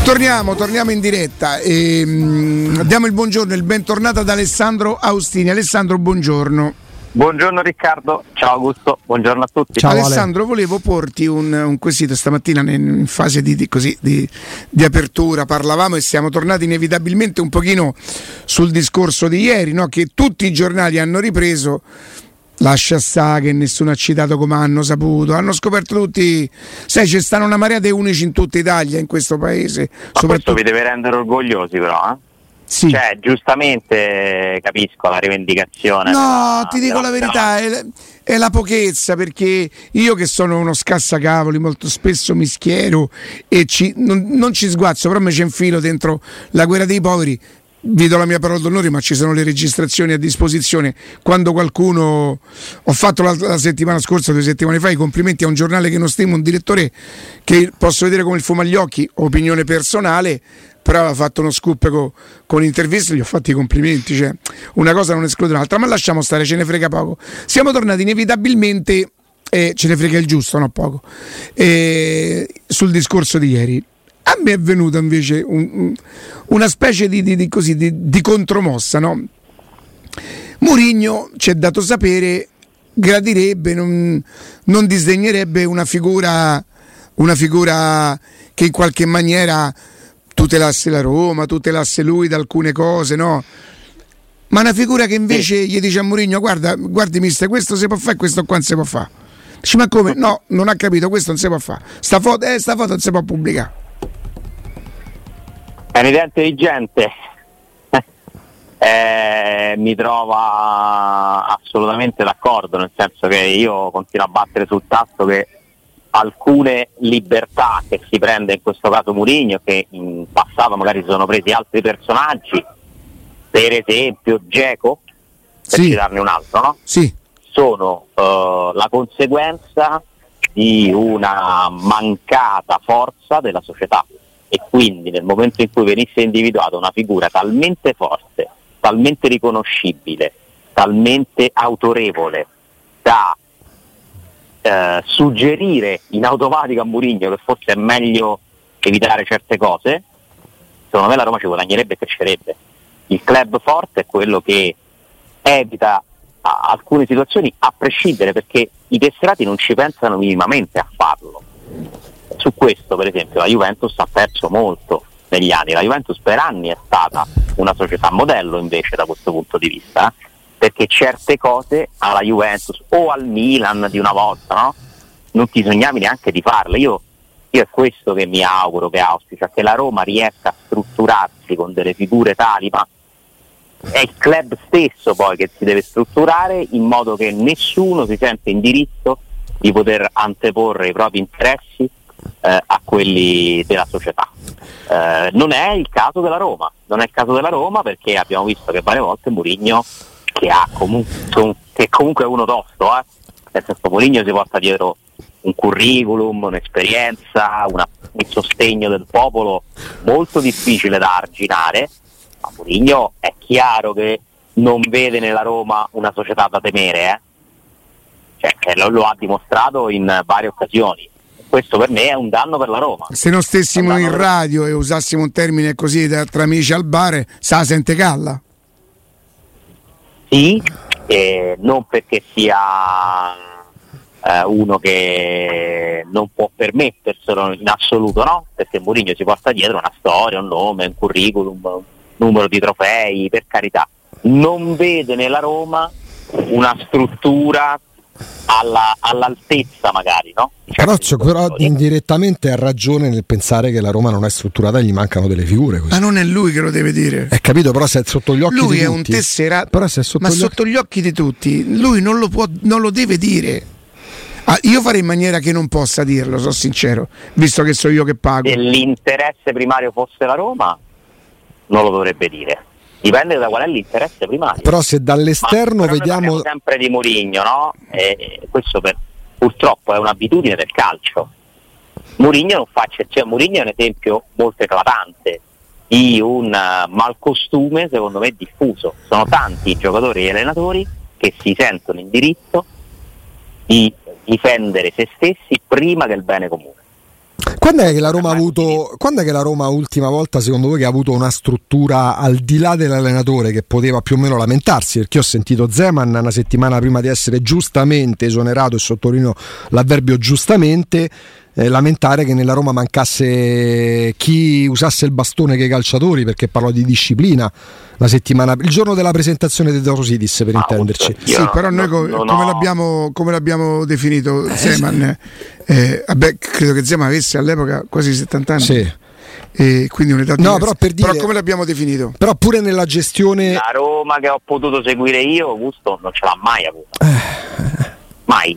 Torniamo in diretta e diamo il buongiorno e il bentornato ad Alessandro Austini. Alessandro, buongiorno. Buongiorno Riccardo, ciao Augusto, buongiorno a tutti. Ciao Alessandro, Ale. Volevo porti un quesito stamattina in fase di apertura. Parlavamo e siamo tornati inevitabilmente un pochino sul discorso di ieri, no? Che tutti i giornali hanno ripreso. Lascia sta che nessuno ha citato come hanno saputo, hanno scoperto tutti, sai, ci stanno una marea di unici in tutta Italia, in questo paese. Ma questo vi deve rendere orgogliosi però, eh? Sì. Cioè, giustamente capisco la rivendicazione. No, ti dico la verità, è la pochezza, perché io che sono uno scassacavoli, molto spesso mi schiero e non ci sguazzo, però mi ci infilo dentro la guerra dei poveri. Vi do la mia parola d'onore, ma ci sono le registrazioni a disposizione. Quando qualcuno, ho fatto la settimana scorsa, 2 settimane fa, i complimenti a un giornale che non stimo, un direttore che posso vedere come il fumo agli occhi, opinione personale, però aveva fatto uno scoop con interviste, gli ho fatti i complimenti, cioè una cosa non esclude l'altra, ma lasciamo stare, ce ne frega poco. Siamo tornati inevitabilmente, ce ne frega il giusto, no poco, sul discorso di ieri. A me è venuta invece una specie di contromossa, no? Mourinho, ci è dato sapere, gradirebbe, non disdegnerebbe una figura che in qualche maniera tutelasse la Roma, tutelasse lui da alcune cose, no? Ma una figura che invece gli dice a Mourinho: guardi mister, questo si può fare e questo qua non si può fare. Dice: ma come? No, non ha capito, questo non si può fare. Sta foto non si può pubblicare. È un'idea intelligente, mi trova assolutamente d'accordo, nel senso che io continuo a battere sul tasto che alcune libertà che si prende in questo caso Mourinho, che in passato magari si sono presi altri personaggi, per esempio Dzeko, per citarne un altro, no? Sì. Sono la conseguenza di una mancata forza della società. E quindi nel momento in cui venisse individuata una figura talmente forte, talmente riconoscibile, talmente autorevole da suggerire in automatico a Mourinho che forse è meglio evitare certe cose, secondo me la Roma ci guadagnerebbe e crescerebbe. Il club forte è quello che evita alcune situazioni a prescindere, perché i tesserati non ci pensano minimamente a farlo. Su questo per esempio la Juventus ha perso molto negli anni. La Juventus per anni è stata una società modello invece da questo punto di vista, perché certe cose alla Juventus o al Milan di una volta, no? Non ti sognavi neanche di farle. Io è questo che mi auguro, che auspico, che la Roma riesca a strutturarsi con delle figure tali, ma è il club stesso poi che si deve strutturare in modo che nessuno si sente in diritto di poter anteporre i propri interessi a quelli della società. Non è il caso della Roma, perché abbiamo visto che varie volte Mourinho, che comunque è uno tosto, nel senso Mourinho si porta dietro un curriculum, un'esperienza, un sostegno del popolo molto difficile da arginare, ma Mourinho è chiaro che non vede nella Roma una società da temere, cioè lo ha dimostrato in varie occasioni. Questo per me è un danno per la Roma. Se non stessimo in radio e usassimo un termine così tra amici al bar, sa sente calla? Sì, non perché sia uno che non può permetterselo in assoluto, no? Perché Mourinho si porta dietro una storia, un nome, un curriculum, un numero di trofei, per carità. Non vede nella Roma una struttura all'altezza magari, no? Però indirettamente ha ragione nel pensare che la Roma non è strutturata e gli mancano delle figure così. Ma non è lui che lo deve dire. È capito, però se è sotto gli occhi lui di tutti. Lui è un tesserato, però se è sotto gli occhi di tutti. Lui non lo deve dire. Io farei in maniera che non possa dirlo, sono sincero, visto che so io che pago. Se l'interesse primario fosse la Roma, non lo dovrebbe dire. Dipende da qual è l'interesse primario. Però se dall'esterno vediamo sempre di Mourinho, no? Questo purtroppo è un'abitudine del calcio. Mourinho non fa eccezione. Mourinho è un esempio molto eclatante di un malcostume, secondo me, diffuso. Sono tanti i giocatori e allenatori che si sentono in diritto di difendere se stessi prima del bene comune. Quando è che la Roma ultima volta, secondo voi, che ha avuto una struttura al di là dell'allenatore che poteva più o meno lamentarsi? Perché ho sentito Zeman una settimana prima di essere giustamente esonerato, e sottolineo l'avverbio giustamente, lamentare che nella Roma mancasse chi usasse il bastone che i calciatori, perché parlò di disciplina il giorno della presentazione di Dorosidis, per intenderci. Sì, però noi come l'abbiamo definito Zeman? Credo che Zeman avesse all'epoca quasi 70 anni. Sì. Quindi un'età diversa. Però come l'abbiamo definito? Però pure nella gestione, la Roma che ho potuto seguire io, Augusto, non ce l'ha mai avuta. Mai.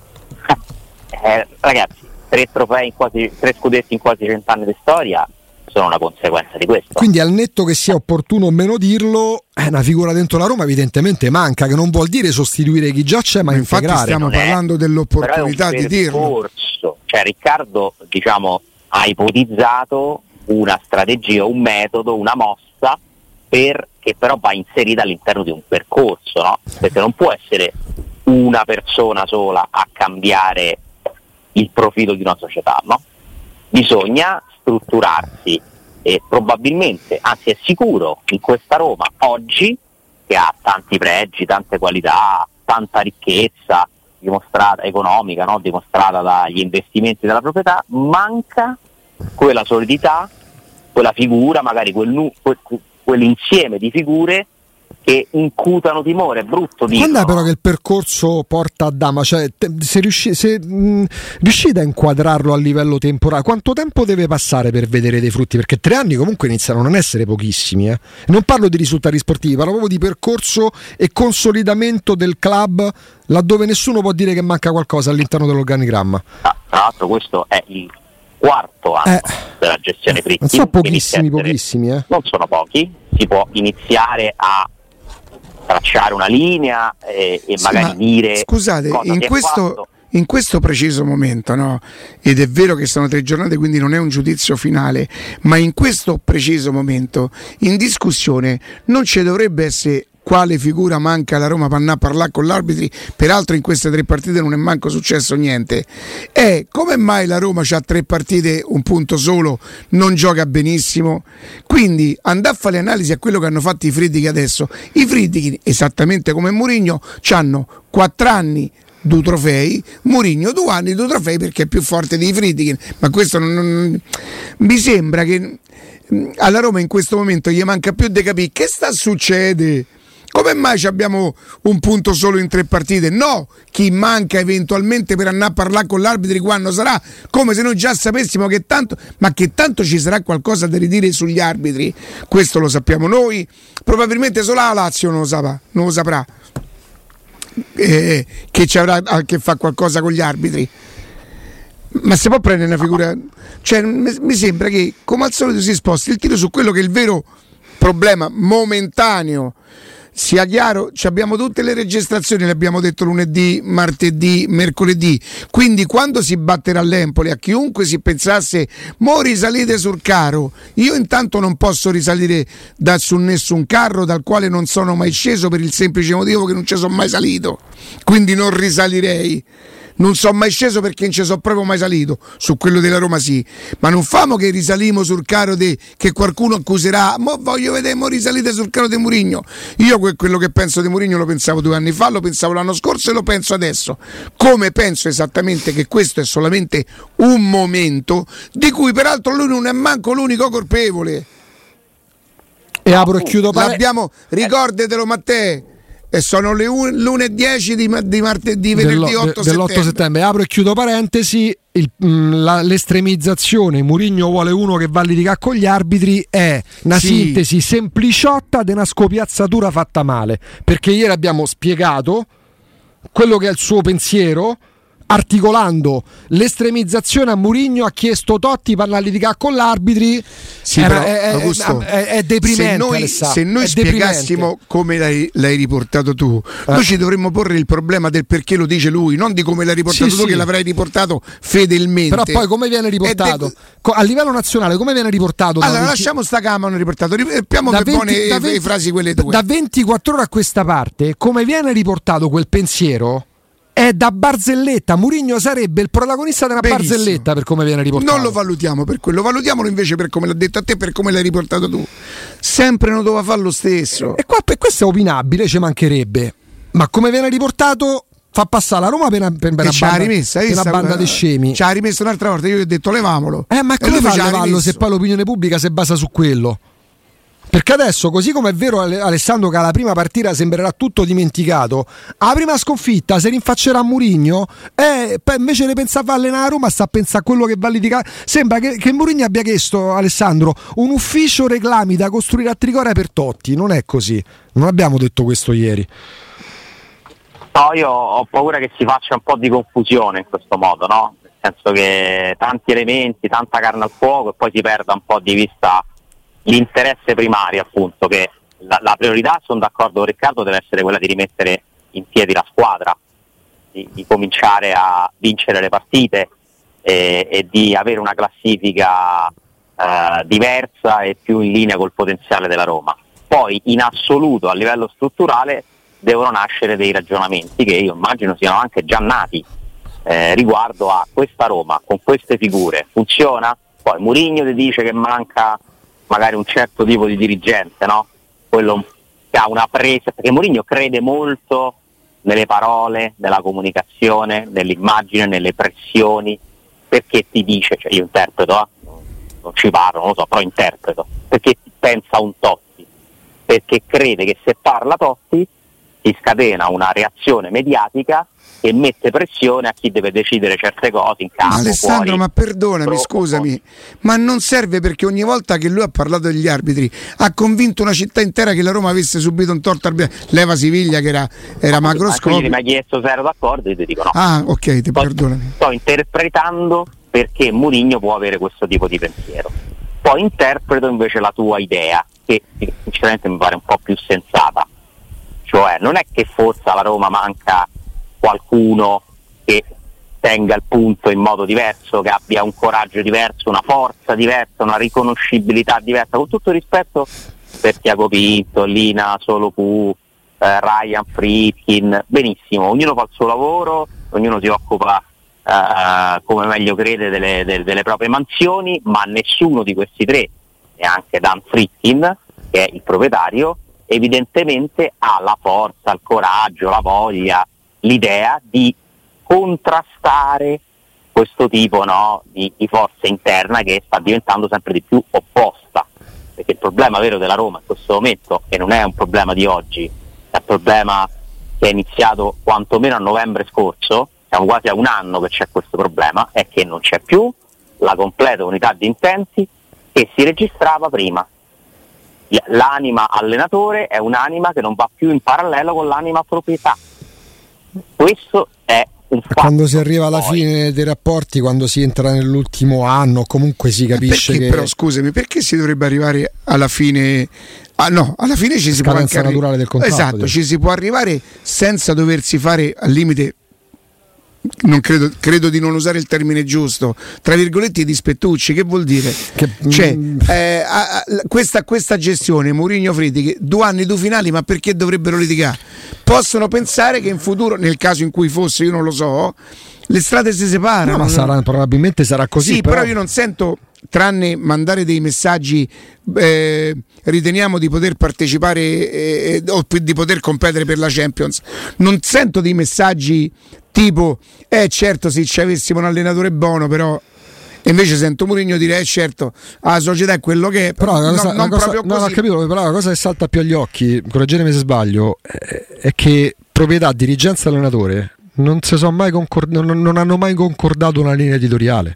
Ragazzi, 3 scudetti in quasi 100 anni di storia sono una conseguenza di questo. Quindi, al netto che sia opportuno o meno dirlo, una figura dentro la Roma evidentemente manca, che non vuol dire sostituire chi già c'è, ma infatti integrare. Stiamo parlando dell'opportunità di dirlo. Cioè, Riccardo, ha ipotizzato una strategia, un metodo, una mossa che però va inserita all'interno di un percorso, no? Perché non può essere una persona sola a cambiare il profilo di una società, no? Bisogna strutturarsi e probabilmente, anzi è sicuro, in questa Roma oggi, che ha tanti pregi, tante qualità, tanta ricchezza dimostrata economica, no? Dimostrata dagli investimenti della proprietà, manca quella solidità, quella figura, magari quell'insieme di figure che incutano timore. È brutto dirlo. Quando è però che il percorso porta a Dama? Cioè, se riuscite a inquadrarlo a livello temporale, quanto tempo deve passare per vedere dei frutti? Perché 3 anni comunque iniziano a non essere pochissimi. Non parlo di risultati sportivi, parlo proprio di percorso e consolidamento del club, laddove nessuno può dire che manca qualcosa all'interno dell'organigramma. Tra l'altro questo è il 4º anno della gestione Fritti. Non sono pochissimi. Non sono pochi. Si può iniziare a tracciare una linea e magari dire, scusate, in questo preciso momento, no? Ed è vero che sono 3 giornate, quindi non è un giudizio finale, ma in questo preciso momento in discussione non ci dovrebbe essere quale figura manca alla Roma per andare a parlare con l'arbitri. Peraltro in queste 3 partite non è manco successo niente. Come mai la Roma c'ha 3 partite, un punto solo, non gioca benissimo? Quindi andare a fare le analisi a quello che hanno fatto i Friedkin adesso. I Friedkin, esattamente come Mourinho, hanno 4 anni, 2 trofei, Mourinho 2 anni, 2 trofei, perché è più forte dei Friedkin. Ma questo non mi sembra che alla Roma in questo momento gli manca più di capire che sta succedendo. Come mai abbiamo un punto solo in 3 partite? No, chi manca eventualmente per andare a parlare con l'arbitro quando sarà, come se noi già sapessimo che tanto ci sarà qualcosa da ridire sugli arbitri. Questo lo sappiamo noi, probabilmente solo la Lazio non lo saprà, che ci avrà a che fare qualcosa con gli arbitri. Ma se può prendere una figura, cioè mi sembra che come al solito si sposti il tiro su quello che è il vero problema momentaneo. Sia chiaro, abbiamo tutte le registrazioni, le abbiamo detto lunedì, martedì, mercoledì. Quindi quando si batterà l'Empoli, a chiunque si pensasse mo risalite sul carro, io intanto non posso risalire su nessun carro dal quale non sono mai sceso, per il semplice motivo che non ci sono mai salito, quindi non risalirei. Non sono mai sceso perché non ci sono proprio mai salito. Su quello della Roma sì, ma non famo che risalimo sul carro che qualcuno accuserà. Mo voglio vedere, mo risalite sul carro di Mourinho. Io quello che penso di Mourinho lo pensavo 2 anni fa, lo pensavo l'anno scorso e lo penso adesso. Come penso esattamente che questo è solamente un momento di cui peraltro lui non è manco l'unico colpevole. E apro e chiudo ricordetelo, Matteo. E sono le 1:10 di martedì, venerdì 8 dell'8 settembre. Apro e chiudo parentesi. L'estremizzazione Mourinho vuole uno che va a litigare con gli arbitri è una sintesi sempliciotta di una scopiazzatura fatta male, perché ieri abbiamo spiegato quello che è il suo pensiero, articolando l'estremizzazione a Mourinho. Ha chiesto Totti per la litigare con l'arbitri. È deprimente. Se noi spiegassimo come l'hai riportato tu, noi ci dovremmo porre il problema del perché lo dice lui, non di come l'hai riportato tu, che l'avrai riportato fedelmente. Però poi come viene riportato? A livello nazionale come viene riportato? Allora lasciamo sta camera riportato, ripetiamo per buone frasi quelle tue. Da 24 ore a questa parte come viene riportato quel pensiero è da barzelletta. Mourinho sarebbe il protagonista della Benissimo. barzelletta, per come viene riportato. Non lo valutiamo per quello, valutiamolo invece per come l'ha detto a te, per come l'hai riportato tu. Sempre non doveva fare lo stesso. E qua per questo è opinabile, ci mancherebbe. Ma come viene riportato fa passare la Roma per una banda di scemi. Ci ha rimesso un'altra volta, io gli ho detto levamolo. Ma come fa a levarlo se poi l'opinione pubblica si basa su quello? Perché adesso, così come è vero Alessandro che alla prima partita sembrerà tutto dimenticato, alla prima sconfitta si rinfaccerà a Mourinho e invece ne pensa a fare allenare a Roma, sta a pensare a quello che va a litigare. Sembra che Mourinho abbia chiesto, Alessandro, un ufficio reclami da costruire a Trigoria per Totti. Non è così, non abbiamo detto questo ieri. No, io ho paura che si faccia un po' di confusione in questo modo, no? Nel senso che tanti elementi, tanta carne al fuoco e poi si perda un po' di vista l'interesse primario, appunto, che la priorità, sono d'accordo con Riccardo, deve essere quella di rimettere in piedi la squadra, di cominciare a vincere le partite e di avere una classifica diversa e più in linea col potenziale della Roma. Poi in assoluto a livello strutturale devono nascere dei ragionamenti che io immagino siano anche già nati riguardo a questa Roma con queste figure funziona. Poi Mourinho ti dice che manca magari un certo tipo di dirigente, no? Quello che ha una presa, perché Mourinho crede molto nelle parole, nella comunicazione, nell'immagine, nelle pressioni, perché ti dice, cioè io interpreto, non ci parlo, non lo so, però interpreto, perché pensa un Totti, perché crede che se parla Totti si scatena una reazione mediatica che mette pressione a chi deve decidere certe cose in campo. Alessandro, fuori. ma perdonami, scusami, ma non serve, perché ogni volta che lui ha parlato degli arbitri ha convinto una città intera che la Roma avesse subito un torto arbitrale. Leva Siviglia che era macroscopico. Mi ha chiesto se ero d'accordo e ti dico no. Ah, ok, perdonami. Sto interpretando perché Mourinho può avere questo tipo di pensiero. Poi interpreto invece la tua idea, che sinceramente mi pare un po' più sensata. Cioè, non è che forse alla Roma manca qualcuno che tenga il punto in modo diverso, che abbia un coraggio diverso, una forza diversa, una riconoscibilità diversa, con tutto il rispetto per Tiago Pinto, Lina Solocu, Ryan Friedkin, benissimo, ognuno fa il suo lavoro, ognuno si occupa come meglio crede delle proprie mansioni, ma nessuno di questi tre, neanche Dan Friedkin, che è il proprietario, evidentemente ha la forza, il coraggio, la voglia, l'idea di contrastare questo tipo, no, di forza interna che sta diventando sempre di più opposta, perché il problema vero della Roma in questo momento, e non è un problema di oggi, è un problema che è iniziato quantomeno a novembre scorso, siamo quasi a un anno che c'è questo problema, è che non c'è più la completa unità di intenti che si registrava prima. L'anima allenatore è un'anima che non va più in parallelo con l'anima proprietà. Questo è un fatto. Quando si arriva alla fine dei rapporti, quando si entra nell'ultimo anno, comunque si capisce perché, che. Però scusami, perché si dovrebbe arrivare alla fine? No, alla fine ci si può anche naturale del contratto. Esatto, ci si può arrivare senza doversi fare al limite. Non credo di non usare il termine giusto, tra virgolette, di spettucci. Che vuol dire? Questa gestione Mourinho Friedkin, 2 anni, 2 finali, ma perché dovrebbero litigare? Possono pensare che in futuro, nel caso in cui fosse, io non lo so, le strade si separano. No, ma probabilmente sarà così. Sì, però io non sento, tranne mandare dei messaggi, riteniamo di poter partecipare o di poter competere per la Champions, non sento dei messaggi tipo certo, se ci avessimo un allenatore buono, però. E invece sento Mourinho dire certo, la società è quello che è, però non proprio così. No, ho capito, però la cosa che salta più agli occhi, correggetemi se sbaglio, è che proprietà, dirigenza e allenatore non hanno mai concordato una linea editoriale.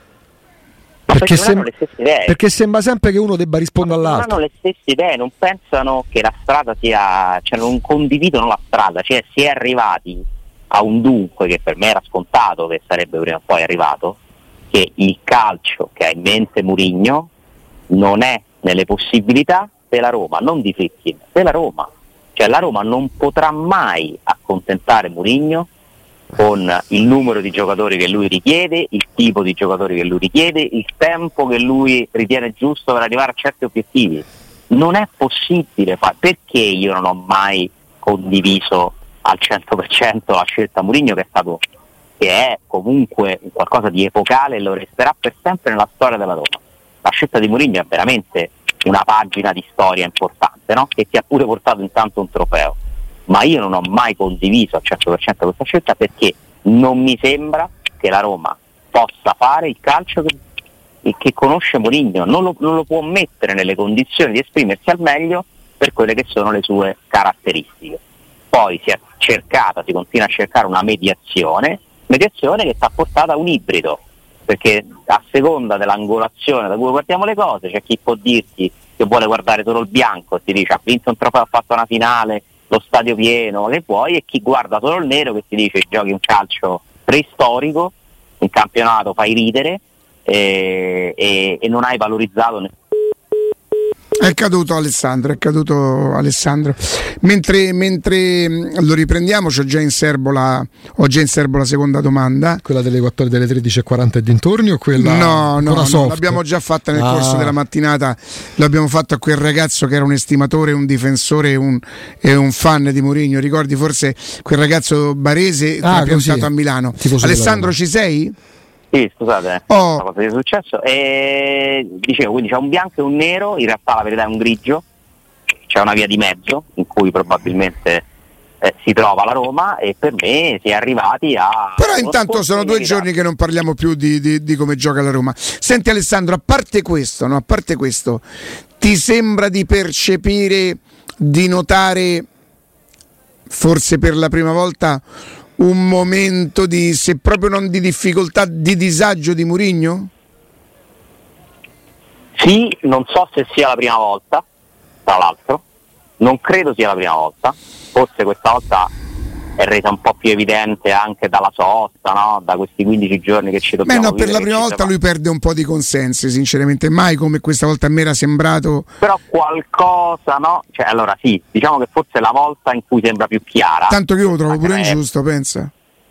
Perché sembra sempre che uno debba rispondere all'altro. Non hanno le stesse idee, non pensano che la strada sia, cioè non condividono la strada, cioè si è arrivati a un dunque che per me era scontato che sarebbe prima o poi arrivato, che il calcio che ha in mente Mourinho non è nelle possibilità della Roma, non di Friedkin, della Roma. Cioè la Roma non potrà mai accontentare Mourinho con il numero di giocatori che lui richiede, il tipo di giocatori che lui richiede, il tempo che lui ritiene giusto per arrivare a certi obiettivi. Non è possibile perché io non ho mai condiviso al 100% la scelta Mourinho, che è comunque qualcosa di epocale e lo resterà per sempre nella storia della Roma. La scelta di Mourinho è veramente una pagina di storia importante, no? Che ti ha pure portato intanto un trofeo, ma io non ho mai condiviso al 100% questa scelta, perché non mi sembra che la Roma possa fare il calcio che conosce Mourinho, non lo può mettere nelle condizioni di esprimersi al meglio per quelle che sono le sue caratteristiche. Poi si continua a cercare una mediazione che ti ha portato a un ibrido, perché a seconda dell'angolazione da cui guardiamo le cose c'è chi può dirti che vuole guardare solo il bianco e ti dice ha vinto un trofeo, ha fatto una finale, lo stadio pieno, che vuoi, e chi guarda solo il nero che ti dice giochi un calcio preistorico, in campionato fai ridere e non hai valorizzato nessuno. È caduto Alessandro. Mentre lo riprendiamo, ho già in serbo la seconda domanda. Quella delle 13:40 e dintorni o quella? No, l'abbiamo già fatta nel corso della mattinata. L'abbiamo fatto a quel ragazzo che era un estimatore, un difensore e un fan di Mourinho. Ricordi forse quel ragazzo barese trapiantato a Milano? Alessandro, ci sei? Sì, scusate, una cosa che è successo. Dicevo, quindi c'è un bianco e un nero, in realtà la verità è un grigio, c'è una via di mezzo in cui probabilmente si trova la Roma, e per me si è arrivati a... Però intanto sono 2 giorni che non parliamo più di come gioca la Roma. Senti Alessandro, a parte questo, ti sembra di percepire, di notare, forse per la prima volta, un momento di, se proprio non di difficoltà, di disagio di Mourinho? Sì, non so se sia la prima volta, tra l'altro, non credo sia la prima volta, forse questa volta è resa un po' più evidente anche dalla sosta, no? Da questi 15 giorni che ci dobbiamo per la prima volta lui perde un po' di consensi, sinceramente, mai come questa volta a me era sembrato. Però qualcosa, no? Cioè, allora sì, diciamo che forse è la volta in cui sembra più chiara. Tanto che io lo trovo pure ingiusto, pensa.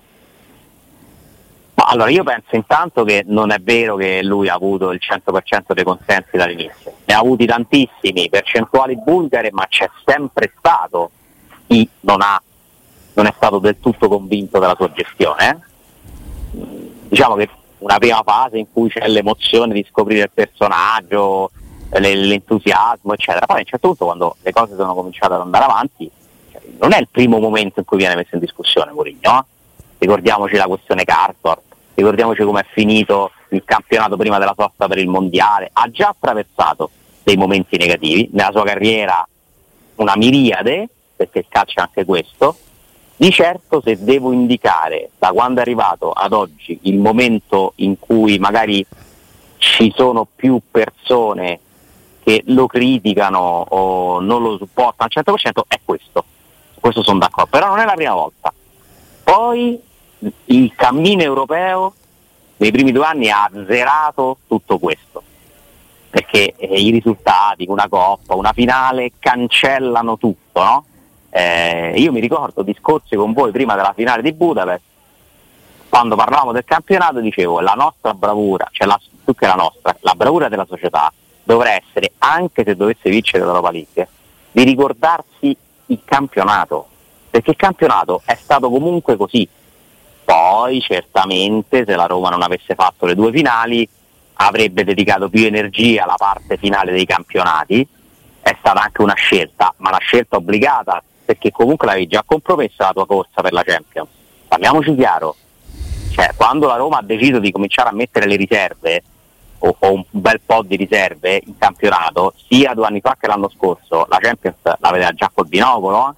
Ma allora io penso intanto che non è vero che lui ha avuto il 100% dei consensi dall'inizio, ne ha avuti tantissimi, percentuali bulgare, ma c'è sempre stato chi non è stato del tutto convinto della sua gestione. Diciamo che una prima fase in cui c'è l'emozione di scoprire il personaggio, l'entusiasmo, eccetera. Poi a un certo punto, quando le cose sono cominciate ad andare avanti, non è il primo momento in cui viene messo in discussione Mourinho. Ricordiamoci la questione Karsdorp, ricordiamoci come è finito il campionato prima della sosta per il mondiale. Ha già attraversato dei momenti negativi nella sua carriera, una miriade, perché il calcio è anche questo. Di certo, se devo indicare da quando è arrivato ad oggi il momento in cui magari ci sono più persone che lo criticano o non lo supportano al 100%, è questo sono d'accordo, però non è la prima volta. Poi il cammino europeo nei primi 2 anni ha azzerato tutto questo, perché i risultati, una coppa, una finale cancellano tutto, no? Io mi ricordo discorsi con voi prima della finale di Budapest, quando parlavamo del campionato dicevo la nostra bravura, cioè più che la nostra, la bravura della società dovrà essere, anche se dovesse vincere l'Europa League, di ricordarsi il campionato, perché il campionato è stato comunque così. Poi certamente se la Roma non avesse fatto le 2 finali avrebbe dedicato più energia alla parte finale dei campionati. È stata anche una scelta, ma una scelta obbligata, perché comunque l'avevi già compromessa la tua corsa per la Champions. Parliamoci chiaro, cioè quando la Roma ha deciso di cominciare a mettere le riserve o un bel po' di riserve in campionato, sia 2 anni fa che l'anno scorso, la Champions la vedeva già col binocolo,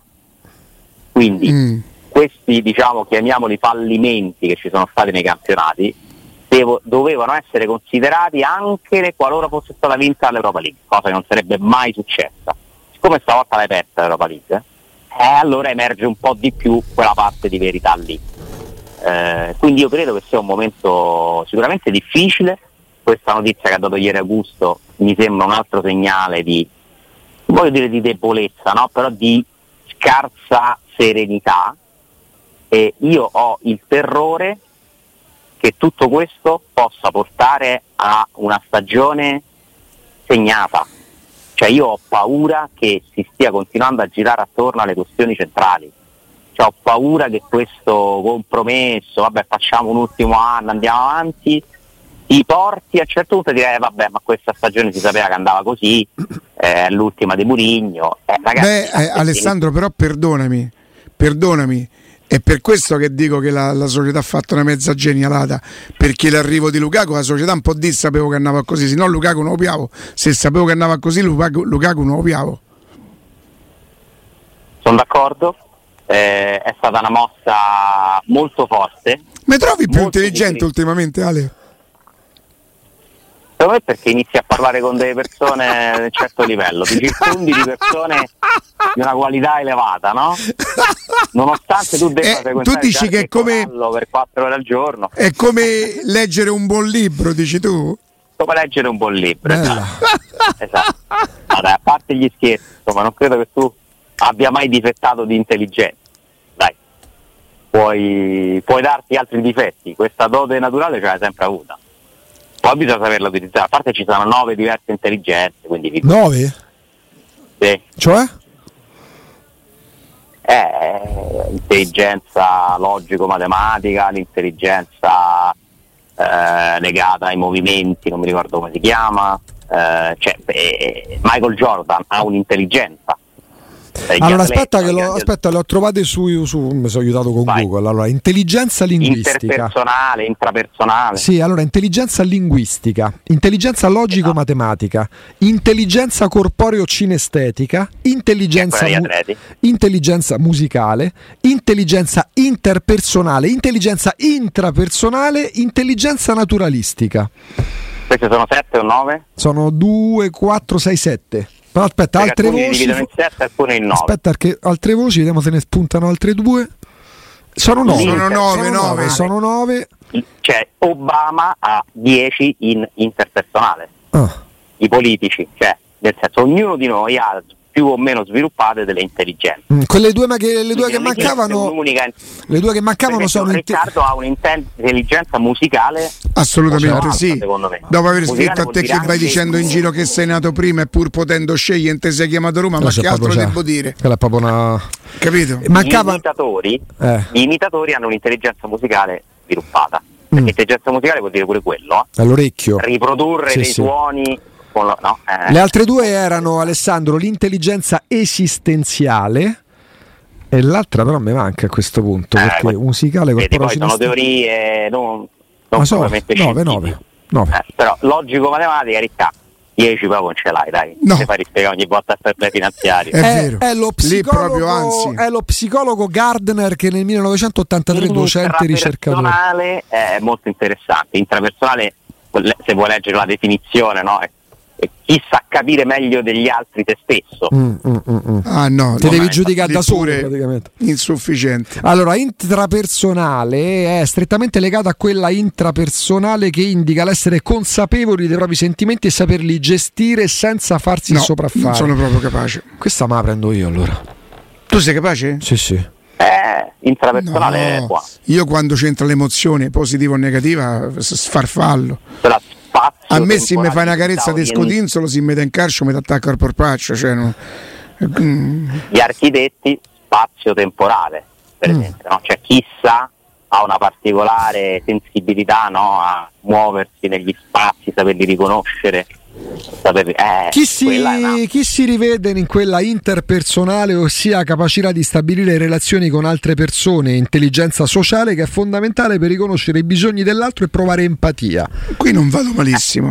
quindi questi, diciamo, chiamiamoli fallimenti che ci sono stati nei campionati dovevano essere considerati anche qualora fosse stata vinta l'Europa League, cosa che non sarebbe mai successa. Siccome stavolta l'hai persa l'Europa League, allora emerge un po' di più quella parte di verità lì. Quindi io credo che sia un momento sicuramente difficile. Questa notizia che ha dato ieri Augusto mi sembra un altro segnale di, non voglio dire di debolezza, no? Però di scarsa serenità, e io ho il terrore che tutto questo possa portare a una stagione segnata. Cioè io ho paura che si stia continuando a girare attorno alle questioni centrali, ho paura che questo compromesso, vabbè, facciamo un ultimo anno, andiamo avanti, ti porti a un certo punto a dire vabbè, ma questa stagione si sapeva che andava così, è l'ultima di Mourinho. Ragazzi, Alessandro, però perdonami, è per questo che dico che la società ha fatto una mezza genialata, perché l'arrivo di Lukaku la società un po' di sapevo che andava così, se no Lukaku non lo piavo, se sapevo che andava così Lukaku non lo piavo. Sono d'accordo, è stata una mossa molto forte. Mi trovi più intelligente ultimamente, Ale? Secondo me perché inizi a parlare con delle persone di un certo livello, ti circondi di persone di una qualità elevata, no? Nonostante tu debba frequentare, tu dici che è come per 4 ore al giorno. È come leggere un buon libro, dici tu? Come leggere un buon libro, esatto. Vabbè, a parte gli scherzi, insomma, non credo che tu abbia mai difettato di intelligenza. Dai, puoi darti altri difetti, questa dote naturale ce l'hai sempre avuta. Poi bisogna saperla utilizzare, a parte ci sono 9 diverse intelligenze, quindi 9? Sì. Cioè? Intelligenza logico-matematica, l'intelligenza legata ai movimenti, non mi ricordo come si chiama, Michael Jordan ha un'intelligenza. Allora aspetta, le ho trovate su mi sono aiutato con Google. Allora, intelligenza linguistica, interpersonale, intrapersonale. Sì, allora intelligenza linguistica, intelligenza logico-matematica, intelligenza corporeo-cinestetica, intelligenza musicale, intelligenza interpersonale, intelligenza intrapersonale, intelligenza naturalistica. Queste sono 7 o 9? Sono 2, 4, 6, 7. No, aspetta, perché altre voci. In 7, alcune in 9. Aspetta, perché altre voci, vediamo se ne spuntano altre 2. Sono 9. Sono 9. Cioè, Obama ha 10 in interpersonale. I politici, cioè, nel senso, ognuno di noi ha più o meno sviluppate delle intelligenze. Quelle due, le due che mancavano. Le due che mancavano sono. Riccardo ha un'intelligenza musicale. Assolutamente sì. Secondo me. Dopo aver scritto a te che vai dicendo in giro che sei nato prima e pur potendo scegliere te sei chiamato Roma, ma che altro devo dire? Quella è proprio una. Capito? Gli imitatori hanno un'intelligenza musicale sviluppata. Perché l'intelligenza musicale vuol dire pure quello. All'orecchio. Riprodurre dei suoni. Le altre due erano, Alessandro, l'intelligenza esistenziale e l'altra però mi manca a questo punto, perché musicale poi sono teorie non propriamente 9. Però logico-matematica, ricca 10 proprio non ce l'hai, dai. No. Se fai rispiegare ogni volta a fair finanziario. È vero. È lo psicologo Gardner che nel 1983 docente ricercatore. Intrapersonale è molto interessante. Intrapersonale, se vuoi leggere la definizione, no? Chi sa capire meglio degli altri te stesso. Te devi giudicare da solo, praticamente. Insufficiente. Allora, intrapersonale è strettamente legata a quella intrapersonale che indica l'essere consapevoli dei propri sentimenti e saperli gestire senza farsi sopraffare. Non sono proprio capace. Questa me la prendo io, allora. Tu sei capace? Sì. Intrapersonale è qua. Io quando c'entra l'emozione positiva o negativa sfarfallo. A me se mi fai una carezza di scodinzolo si mette in carcio, mi attacca al porpaccio, cioè no. Gli architetti spazio-temporale, per esempio, no? Cioè chi sa ha una particolare sensibilità, no? A muoversi negli spazi, saperli riconoscere. Chi si rivede in quella interpersonale, ossia capacità di stabilire relazioni con altre persone, intelligenza sociale che è fondamentale per riconoscere i bisogni dell'altro e provare empatia. Qui non vado malissimo.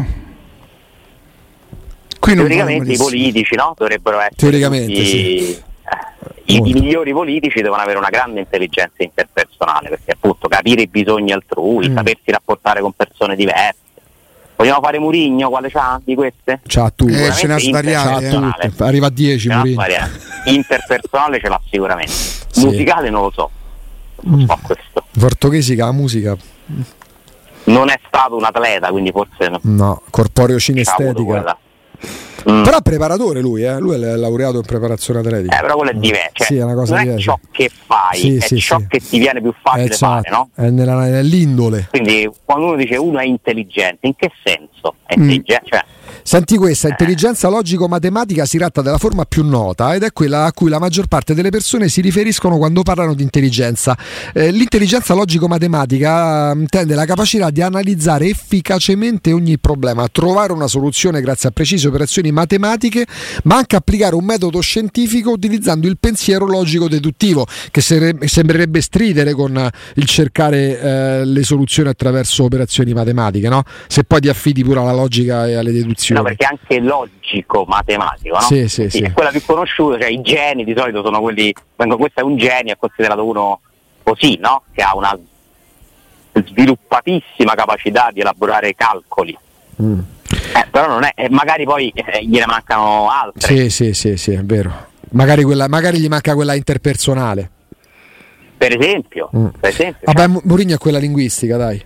Teoricamente i politici, no? Dovrebbero essere teoricamente sì. I migliori politici devono avere una grande intelligenza interpersonale, perché appunto capire i bisogni altrui, sapersi rapportare con persone diverse. Vogliamo fare Mourinho? Quale c'ha di queste? C'ha tu, ce n'ha svariate. Arriva a 10 Mourinho. Interpersonale ce l'ha sicuramente. Musicale non lo so. Non so questo. Portoghesi che la musica. Non è stato un atleta, quindi forse no, corporeo cinestetica. Però è preparatore lui è laureato in preparazione atletica. Però quello è diverso, cioè, sì, è una cosa non diversa. È ciò che fai, è ciò che ti viene più facile fare, no? È nell'indole. Quindi quando uno dice uno è intelligente, in che senso? È intelligente? Cioè, Senti questa, intelligenza logico-matematica si tratta della forma più nota ed è quella a cui la maggior parte delle persone si riferiscono quando parlano di intelligenza. L'intelligenza logico-matematica intende la capacità di analizzare efficacemente ogni problema, trovare una soluzione grazie a precise operazioni matematiche, ma anche applicare un metodo scientifico utilizzando il pensiero logico-deduttivo, che sembrerebbe stridere con il cercare le soluzioni attraverso operazioni matematiche, no? Se poi ti affidi pure alla logica e alle deduzioni. No, perché anche logico matematico, no? Sì. È quella più conosciuta, cioè i geni di solito sono quelli, questo è un genio, è considerato uno così, no? Che ha una sviluppatissima capacità di elaborare calcoli. Però non è, magari poi gliene mancano altre. Sì, è vero. Magari gli manca quella interpersonale. Per esempio. Vabbè, Mourinho è quella linguistica, dai.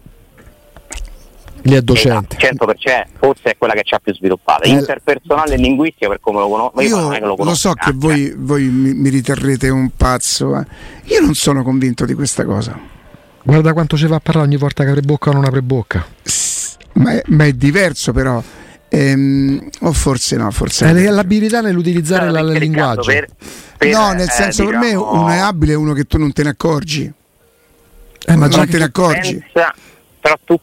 Lì è docente. 100%, forse è quella che ci ha più sviluppata. Interpersonale e linguistica, per come lo conosco. Io lo so che voi mi riterrete un pazzo. Io non sono convinto di questa cosa. Guarda quanto ci va a parlare ogni volta che apre bocca o non apre bocca. Ma è diverso però. O forse no, forse è l'abilità nell'utilizzare il linguaggio. No, nel senso, per me uno è abile è uno che tu non te ne accorgi. Ma non te ne accorgi. Però tu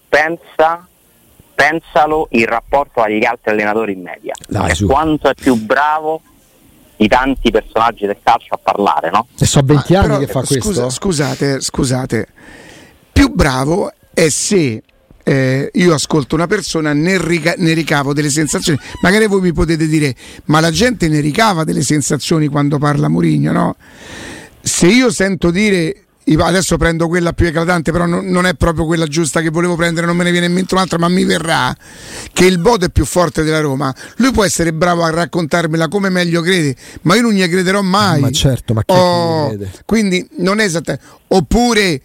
pensalo in rapporto agli altri allenatori in media. Quanto è più bravo di tanti personaggi del calcio a parlare, no? E so 20 anni che fa questo. Scusate. Più bravo è se io ascolto una persona, ne ricavo delle sensazioni. Magari voi mi potete dire, ma la gente ne ricava delle sensazioni quando parla Mourinho, no? Se io sento dire, adesso prendo quella più eclatante, però non è proprio quella giusta che volevo prendere, non me ne viene in mente un'altra, ma mi verrà, che il Bodo è più forte della Roma. Lui può essere bravo a raccontarmela come meglio crede, ma io non gli crederò mai. Ma certo, ma chi crede? Quindi non è esattamente. Oppure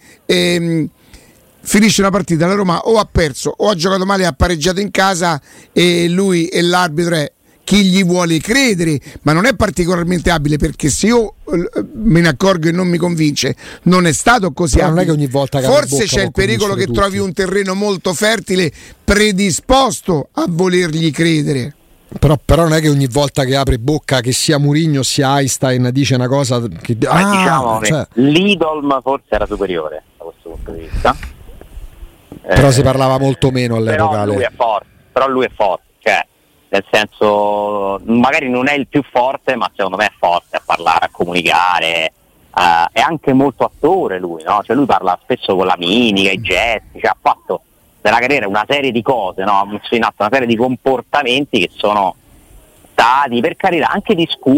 finisce una partita, la Roma o ha perso o ha giocato male, ha pareggiato in casa e lui e l'arbitro è chi gli vuole credere, ma non è particolarmente abile, perché se io me ne accorgo e non mi convince, non è stato così abile. Non è che ogni volta che forse c'è il pericolo che tutti. Trovi un terreno molto fertile predisposto a volergli credere. Però non è che ogni volta che apre bocca, che sia Mourinho sia Einstein, dice una cosa che diciamo che l'Idolm forse era superiore da questo punto di vista. Però si parlava molto meno all'epoca. Però lui è forte, cioè nel senso, magari non è il più forte, ma secondo me è forte a parlare, a comunicare, è anche molto attore lui, no? Cioè lui parla spesso con la mimica, i gesti, cioè ha fatto nella carriera una serie di cose, no? Ha messo in atto una serie di comportamenti che sono stati, per carità, anche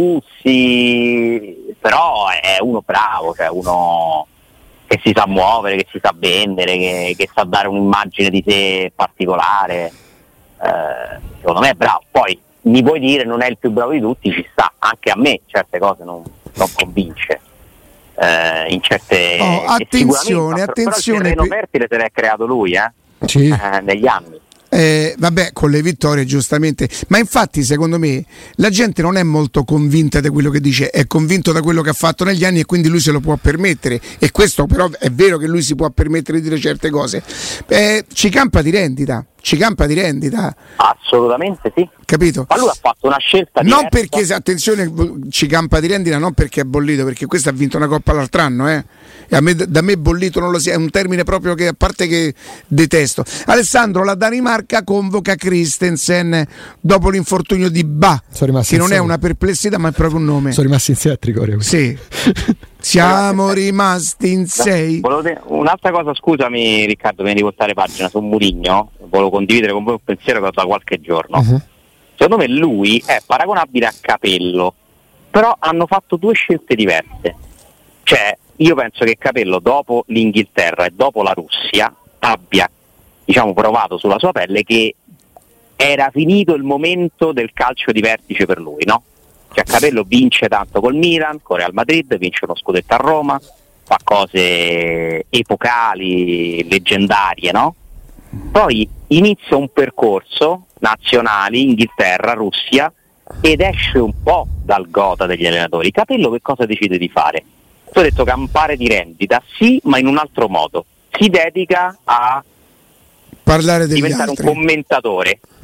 discussi, però è uno bravo, cioè uno che si sa muovere, che si sa vendere, che sa dare un'immagine di sé particolare. Secondo me è bravo. Poi mi puoi dire non è il più bravo di tutti, ci sta, anche a me certe cose non convince, in certe attenzione però il terreno fertile se l'è creato lui sì. Negli anni. Vabbè, con le vittorie giustamente, ma infatti secondo me la gente non è molto convinta di quello che dice, è convinto da quello che ha fatto negli anni e quindi lui se lo può permettere, e questo però è vero che lui si può permettere di dire certe cose, ci campa di rendita. Assolutamente sì, capito? Ma lui ha fatto una scelta diversa. Non perché, attenzione, ci campa di rendita non perché è bollito, perché questo ha vinto una coppa l'altro anno, e da me bollito non lo sia, è un termine proprio che, a parte che detesto. Alessandro, la Danimarca convoca Christensen dopo l'infortunio di Ba, che non è una perplessità ma è proprio un nome. Sono rimasti in 6 a Trigoria. Sì. Siamo rimasti in 6. Un'altra cosa, scusami Riccardo, vieni di portare pagina su Mourinho, volevo condividere con voi un pensiero che ho da qualche giorno. Secondo me lui è paragonabile a Capello, però hanno fatto due scelte diverse. Cioè, io penso che Capello dopo l'Inghilterra e dopo la Russia abbia, provato sulla sua pelle che era finito il momento del calcio di vertice per lui, no? Cioè Capello vince tanto col Milan, con Real Madrid, vince uno scudetto a Roma, fa cose epocali, leggendarie, no? Poi inizia un percorso nazionali, Inghilterra, Russia, ed esce un po' dal gota degli allenatori. Capello che cosa decide di fare? Tu hai detto campare di rendita, sì, ma in un altro modo. Si dedica a parlare degli diventare altri, un commentatore.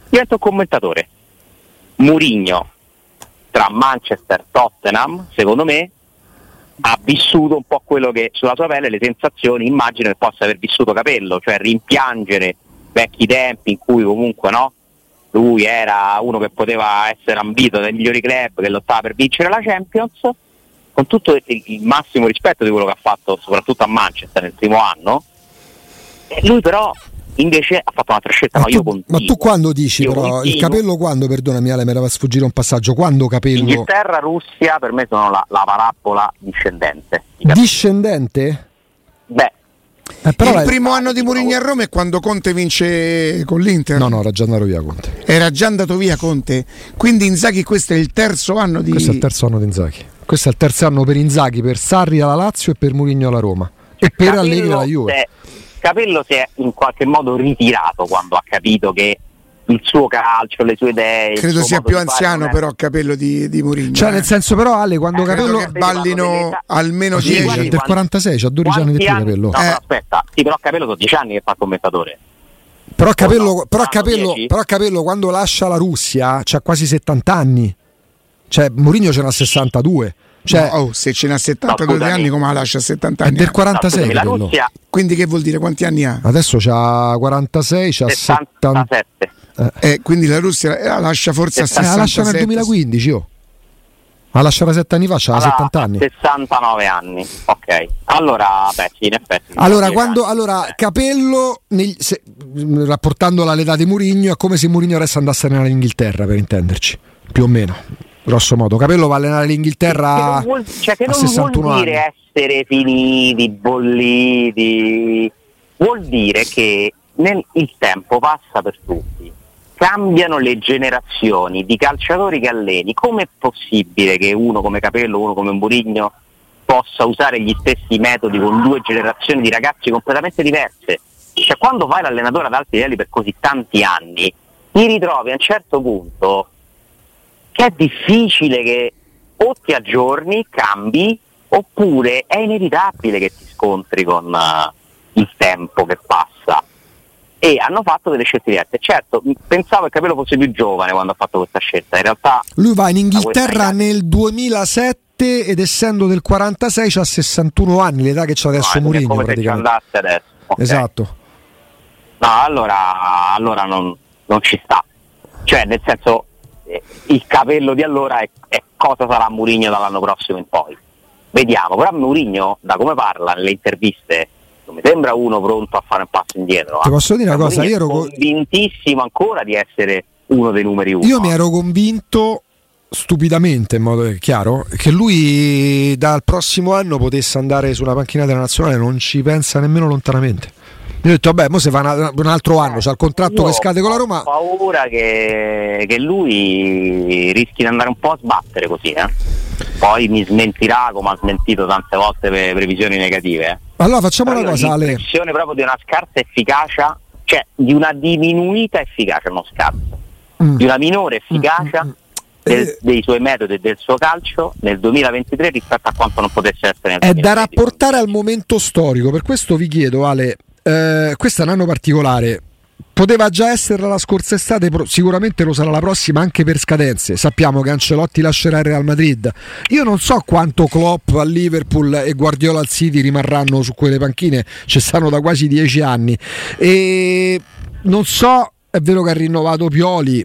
diventa un commentatore. Mourinho tra Manchester e Tottenham, secondo me, ha vissuto un po' quello che sulla sua pelle, le sensazioni, immagino che possa aver vissuto Capello, cioè rimpiangere vecchi tempi in cui comunque lui era uno che poteva essere ambito dai migliori club, che lottava per vincere la Champions, con tutto il massimo rispetto di quello che ha fatto soprattutto a Manchester nel primo anno. E lui però invece ha fatto un'altra scelta. Ma tu quando dici però il Capello, quando, perdonami Ale, me la va a sfuggire un passaggio, quando Capello? Inghilterra, Russia per me sono la parabola discendente. Discendente? Beh, il primo anno di Mourinho a Roma è quando Conte vince con l'Inter. No, era già andato via Conte. Era già andato via Conte. Quindi Inzaghi, questo è il terzo anno di... Questo è il terzo anno di Inzaghi. Questo è il terzo anno per Inzaghi, per Sarri alla Lazio e per Mourinho alla Roma. E per Allegri alla Juve. Capello si è in qualche modo ritirato quando ha capito che il suo calcio, le sue idee... Credo sia più anziano però Capello di Mourinho. Cioè nel senso però Ale, quando Capello... Che ballino almeno 10. Del 46, c'ha 12 anni di più Capello. No, aspetta, sì, però Capello sono 10 anni che fa commentatore. Però Capello quando lascia la Russia c'ha quasi 70 anni. Cioè Mourinho ce n'ha 62. Cioè, se ce n'ha 72 anni come la lascia a 70 anni? È del 46 la Russia... Quindi che vuol dire? Quanti anni ha? Adesso c'ha 46, c'ha 77. Quindi la Russia la lascia forse a 67. La lascia nel 2015, la lasciata 7 anni fa, c'ha 70 anni. 69 anni, ok. Allora, sì, in effetti. Capello, rapportandola all'età di Mourinho, è come se Mourinho adesso andasse a allenare l'Inghilterra, per intenderci, più o meno. Grosso modo, Capello va a allenare l'Inghilterra che non vuol dire essere finiti, bolliti, vuol dire che il tempo passa per tutti, cambiano le generazioni di calciatori che alleni. Com'è possibile che uno come Capello, uno come Mourinho possa usare gli stessi metodi con due generazioni di ragazzi completamente diverse? Cioè, quando fai l'allenatore ad alti livelli per così tanti anni, ti ritrovi a un certo punto che è difficile che o ti aggiorni, cambi, oppure è inevitabile che ti scontri con il tempo che passa. E hanno fatto delle scelte diverse. Certo, pensavo che Capello fosse più giovane quando ha fatto questa scelta. In realtà lui va in Inghilterra nel 2007 ed essendo del 46 c'ha 61 anni, l'età che c'ha adesso Mourinho praticamente. Se ci andasse adesso. Okay. Esatto. No, allora non ci sta. Cioè, nel senso, il Capello di allora è cosa sarà Mourinho dall'anno prossimo in poi. Vediamo, però Mourinho, da come parla nelle interviste, non mi sembra uno pronto a fare un passo indietro. Ti posso dire una cosa, io ero convintissimo ancora di essere uno dei numeri uno. Io mi ero convinto stupidamente, in modo chiaro, che lui dal prossimo anno potesse andare sulla panchina della nazionale, non ci pensa nemmeno lontanamente. Io ho detto, vabbè, mo se fa un altro anno, c'ha il contratto che scade con la Roma. Ho paura che lui rischi di andare un po' a sbattere così, Poi mi smentirà, come ha smentito tante volte per previsioni negative. Allora facciamo una cosa, Ale. L'impressione proprio di una scarsa efficacia, cioè di una diminuita efficacia, non scarsa, di una minore efficacia dei suoi metodi e del suo calcio nel 2023 rispetto a quanto non potesse essere nel 2020. È da rapportare al momento storico, per questo vi chiedo, Ale, questo è un anno particolare. Poteva già essere la scorsa estate, sicuramente lo sarà la prossima anche per scadenze. Sappiamo che Ancelotti lascerà il Real Madrid. Io non so quanto Klopp al Liverpool e Guardiola al City rimarranno su quelle panchine, ci stanno da quasi 10 anni. E non so, è vero che ha rinnovato Pioli,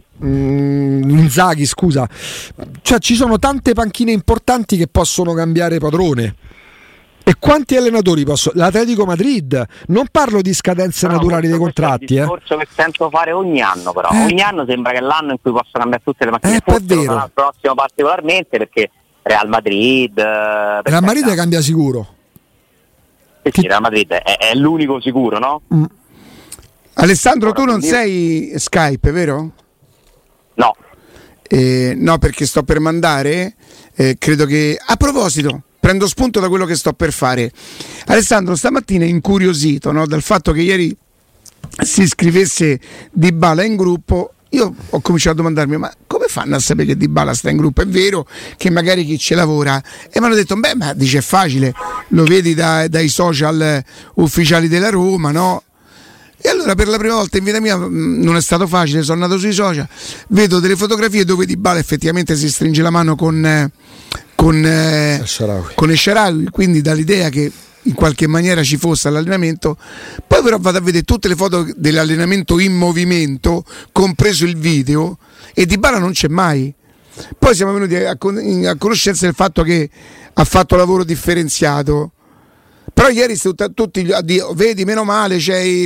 Inzaghi, scusa. Cioè ci sono tante panchine importanti che possono cambiare padrone. E quanti allenatori possono? L'Atletico Madrid, non parlo di scadenze naturali dei contratti. È un discorso che sento fare ogni anno, però ogni anno sembra che è l'anno in cui possono cambiare tutte le macchine. È vero. Il prossimo particolarmente perché Real Madrid. Real Madrid cambia sicuro. Sì, Real Madrid è l'unico sicuro, no? Alessandro, ora, tu non sei Skype, vero? No. No, perché sto per mandare. Credo che. A proposito. Prendo spunto da quello che sto per fare. Alessandro, stamattina è incuriosito, no, dal fatto che ieri si scrivesse Dybala in gruppo. Io ho cominciato a domandarmi, ma come fanno a sapere che Dybala sta in gruppo? È vero che magari chi ci lavora, e mi hanno detto, ma dice è facile, lo vedi dai social ufficiali della Roma, no? E allora per la prima volta in vita mia non è stato facile, sono andato sui social, vedo delle fotografie dove Dybala effettivamente si stringe la mano con El Shaarawy, quindi dall'idea che in qualche maniera ci fosse all'allenamento. Poi però vado a vedere tutte le foto dell'allenamento in movimento, compreso il video, e Dybala non c'è mai. Poi siamo venuti a conoscenza del fatto che ha fatto lavoro differenziato, però ieri tutti vedi, meno male c'è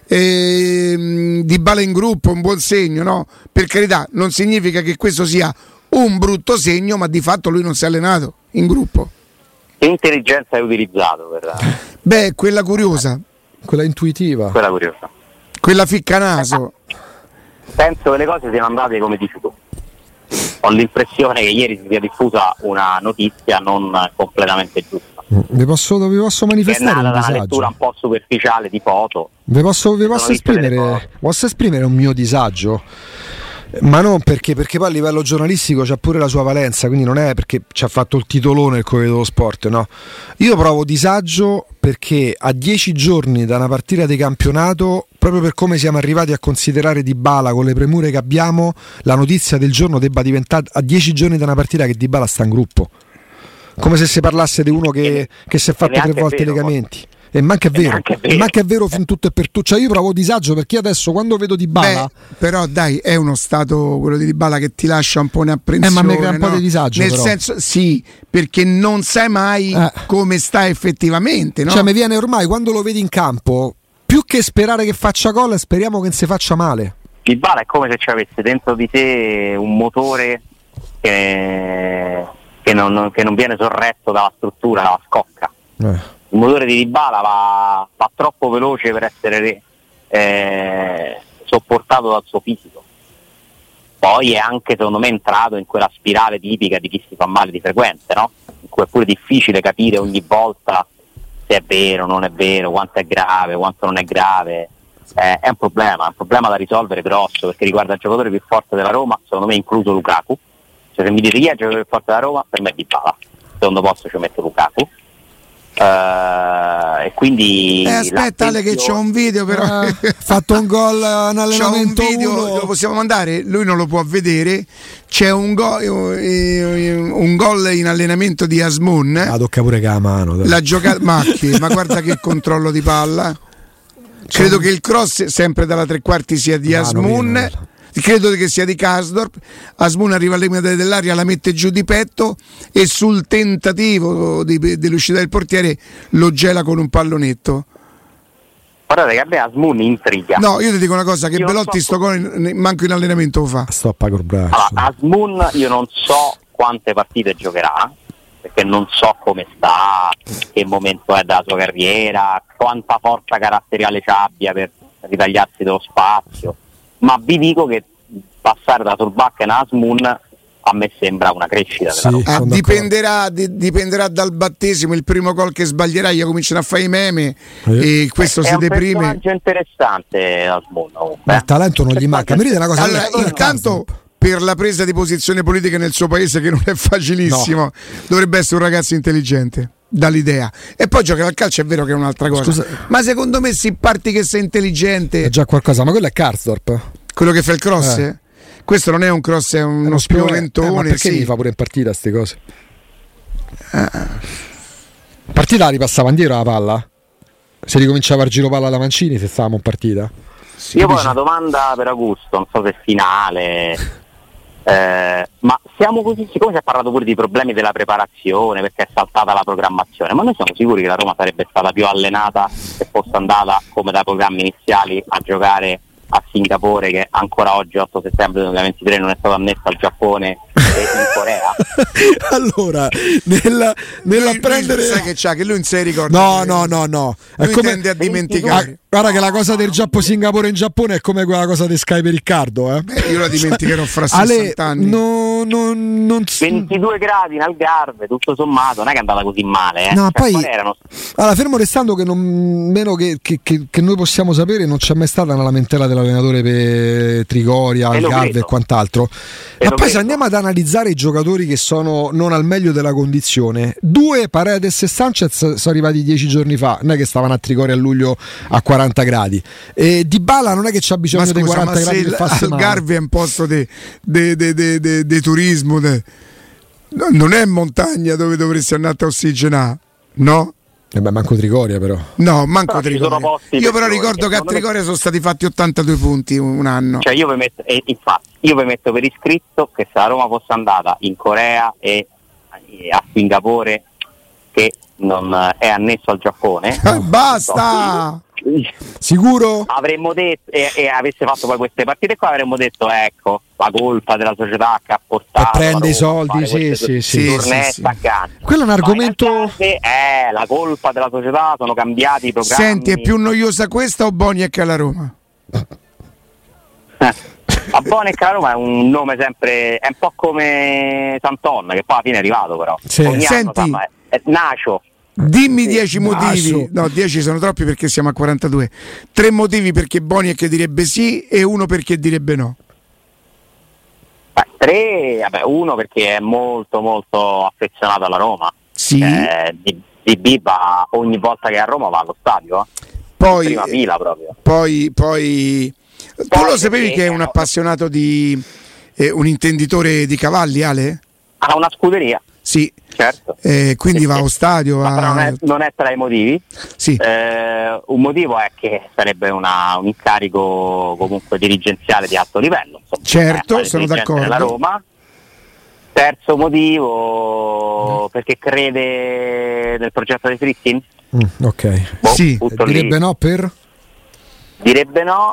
Dybala in gruppo, un buon segno, no? Per carità, non significa che questo sia un brutto segno, ma di fatto lui non si è allenato in gruppo. Che intelligenza hai utilizzato per... quella curiosa, quella intuitiva, quella curiosa, quella ficcanaso. Penso che le cose siano andate come dici tu. Ho l'impressione che ieri si sia diffusa una notizia non completamente giusta. Vi posso manifestare un disagio. È nata da una lettura un po' superficiale di foto. Vi posso esprimere un mio disagio, ma non perché poi a livello giornalistico c'ha pure la sua valenza, quindi non è perché ci ha fatto il titolone il Corriere dello Sport, no. Io provo disagio perché a 10 giorni da una partita di campionato, proprio per come siamo arrivati a considerare Dybala con le premure che abbiamo, la notizia del giorno debba diventare a 10 giorni da una partita che Dybala sta in gruppo, come se si parlasse di uno che si è fatto 3 volte i legamenti. E manca è vero fin tutto e per tutto. Cioè io provo disagio perché adesso quando vedo Dybala, però dai, è uno stato quello di Dybala che ti lascia un po' un'apprensione, ma mi crea un po' di disagio, nel però. senso, sì, perché non sai mai come sta effettivamente, no? Cioè mi viene ormai, quando lo vedi in campo, più che sperare che faccia gol, speriamo che non si faccia male. Dybala è come se ci avesse dentro di te un motore che non viene sorretto dalla struttura, dalla scocca. Il motore di Dybala va troppo veloce per essere sopportato dal suo fisico. Poi è anche, secondo me, entrato in quella spirale tipica di chi si fa male di frequente, no? In cui è pure difficile capire ogni volta se è vero, non è vero, quanto è grave, quanto non è grave. È un problema da risolvere grosso, perché riguarda il giocatore più forte della Roma, secondo me incluso Lukaku. Cioè, se mi dite chi è il giocatore più forte della Roma, per me è Dybala. Secondo posto ci metto Lukaku. E quindi aspetta Ale, che c'ho un video, però fatto un gol in allenamento, c'ho un video, lo possiamo mandare, lui non lo può vedere. C'è un gol in allenamento di Azmoun, la tocca pure con la mano, la giocata, ma guarda che controllo di palla. Credo che il cross sempre dalla tre quarti sia di Azmoun, credo che sia di Karsdorp. Azmoun arriva al limite dell'area, la mette giù di petto e sul tentativo dell'uscita del portiere lo gela con un pallonetto. Guardate che a me Azmoun intriga. No, io ti dico una cosa, che Belotti sto manco in allenamento lo fa. Stoppa col braccio. Allora, Azmoun io non so quante partite giocherà, perché non so come sta, che momento è della sua carriera, quanta forza caratteriale ci abbia per ritagliarsi dello spazio. Ma vi dico che passare da Solbakken a Azmoun a me sembra una crescita della Roma. Dipenderà dal battesimo, il primo gol che sbaglierà gli cominciano a fare i meme e questo si deprime. È un personaggio interessante Azmoun. Il talento non gli manca. Mi ride una cosa, allora, intanto per la presa di posizione politica nel suo paese, che non è facilissimo, dovrebbe essere un ragazzo intelligente dall'idea, e poi giocare al calcio è vero che è un'altra cosa. Scusa, ma secondo me si parti che sei intelligente è già qualcosa. Ma quello è Karsdorp, quello che fa il cross? Questo non è un cross, è uno spiomentone. Ma perché mi fa pure in partita ste cose? Partita la ripassava indietro la palla? Se ricominciava il giro palla da Mancini, se stavamo in partita? Sì, io poi ho una domanda per Augusto, non so se è finale. Ma siamo così, siccome si è parlato pure di problemi della preparazione perché è saltata la programmazione, ma noi siamo sicuri che la Roma sarebbe stata più allenata se fosse andata come dai programmi iniziali a giocare a Singapore, che ancora oggi 8 settembre 2023 non è stato annesso al Giappone e in Corea? Allora nella prendere, sai che c'ha, che lui non si ricorda. No è come tende a dimenticare. Guarda che la cosa del Singapore in Giappone è come quella cosa di Sky per Riccardo, io la dimenticherò fra 60 anni. non 22 gradi in Algarve, tutto sommato non è che è andata così male, No, cioè, poi allora, fermo restando che meno che noi possiamo sapere, non c'è mai stata una lamentela dell'allenatore per Trigoria, Algarve e quant'altro. Ma poi se andiamo ad analizzare i giocatori che sono non al meglio della condizione, 2 Paredes e Sanchez sono arrivati 10 giorni fa, non è che stavano a Trigoria a luglio a 40 gradi. E Dybala non è che c'ha bisogno dei 40 gradi per farsi male. Algarve è un posto di turismo, non è montagna dove dovresti andare a ossigenare, no? Manco Trigoria però. No, manco Trigoria. Io però ricordo che a Trigoria sono stati fatti 82 punti un anno. Cioè io vi metto per iscritto che se la Roma fosse andata in Corea e a Singapore, che non è annesso al Giappone, basta! Sicuro? Avremmo detto e avesse fatto poi queste partite qua, avremmo detto ecco la colpa della società che ha portato e prende i soldi, sì. Quello è un argomento. La colpa della società, sono cambiati i programmi. Senti, è più noiosa questa o Boniek alla Roma? A Boniek alla Roma è un nome sempre, è un po' come Santon, che poi alla fine è arrivato però. Ogni anno, è Nacio. Dimmi 10 motivi, no 10 sono troppi perché siamo a 42, 3 motivi perché Boniek direbbe sì e 1 perché direbbe no. 3, uno perché è molto molto affezionato alla Roma, sì. DB va ogni volta che è a Roma va allo stadio, poi, prima fila proprio. Poi tu lo sapevi che è un appassionato di un intenditore di cavalli, Ale? Ha una scuderia. Sì, certo. Quindi va allo stadio. Però non è tra i motivi. Sì. Un motivo è che sarebbe un incarico comunque dirigenziale di alto livello. Insomma, certo, sono d'accordo. Della Roma. Terzo motivo, perché crede nel progetto dei Fritkin. Ok. Sì. Direbbe no per? Direbbe no.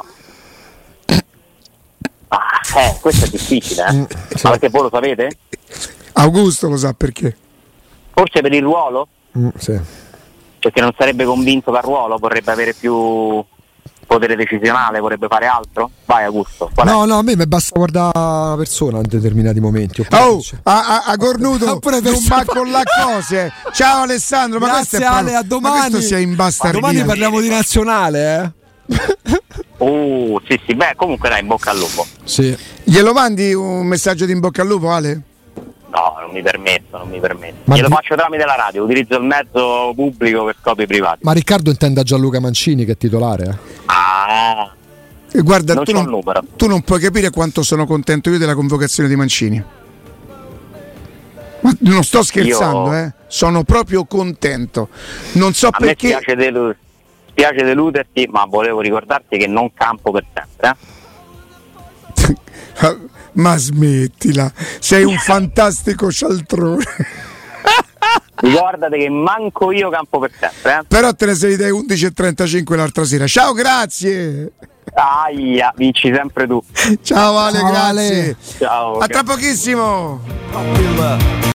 Questo è difficile, sì. Ma perché voi lo sapete? Augusto lo sa perché. Forse per il ruolo? Sì. Perché non sarebbe convinto dal ruolo, vorrebbe avere più potere decisionale, vorrebbe fare altro? Vai Augusto. No, a me basta guardare la persona in determinati momenti. A cornuto non va con la cose. Ciao Alessandro, ma grazie questo è Ale, a domani. Questo sia imbastardito. Domani parliamo di nazionale, sì, beh, comunque dai, in bocca al lupo. Sì. Glielo mandi un messaggio di in bocca al lupo, Ale? No, non mi permetto. Glielo faccio tramite la radio, utilizzo il mezzo pubblico per scopi privati. Ma Riccardo intende Gianluca Mancini che è titolare, Guarda, non tu non puoi capire quanto sono contento io della convocazione di Mancini. Ma non sto scherzando, sono proprio contento. Non so perché. A me spiace deluderti, ma volevo ricordarti che non campo per sempre. Ma smettila, sei un fantastico cialtrone. Ricordate che manco io campo per sempre. Però te ne sei dai 11:35 l'altra sera. Ciao, grazie. Aia, vinci sempre tu. Ciao Ale, grazie. Ciao. A tra pochissimo.